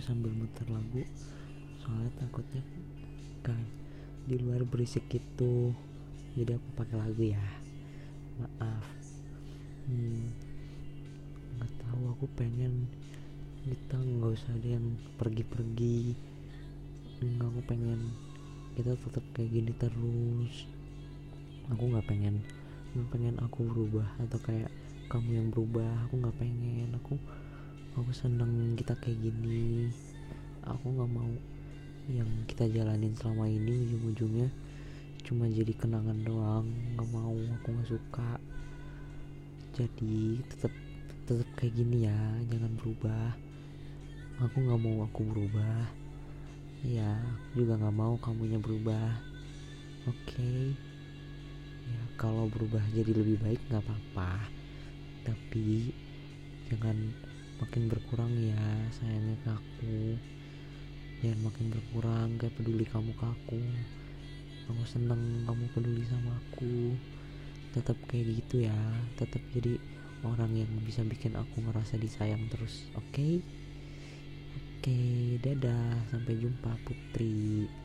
aku sambil muter lagu, soalnya takutnya kayak di luar berisik gitu, jadi aku pakai lagu ya. Maaf. Nggak tahu, aku pengen kita nggak usah ada yang pergi-pergi. Aku pengen kita tetap kayak gini terus. Aku nggak pengen aku berubah atau kayak kamu yang berubah. Aku nggak pengen. Aku seneng kita kayak gini. Aku nggak mau yang kita jalanin selama ini ujung-ujungnya cuma jadi kenangan doang. Nggak mau, aku nggak suka. Jadi tetap kayak gini ya, jangan berubah. Aku nggak mau aku berubah ya, aku juga nggak mau kamunya berubah. Oke. Ya kalau berubah jadi lebih baik nggak apa-apa, tapi jangan makin berkurang ya sayangnya ke aku. Jangan makin berkurang kayak peduli kamu ke aku. Aku seneng kamu peduli sama aku. Tetap kayak gitu ya, tetap jadi orang yang bisa bikin aku ngerasa disayang terus. Oke, dadah, sampai jumpa Putri.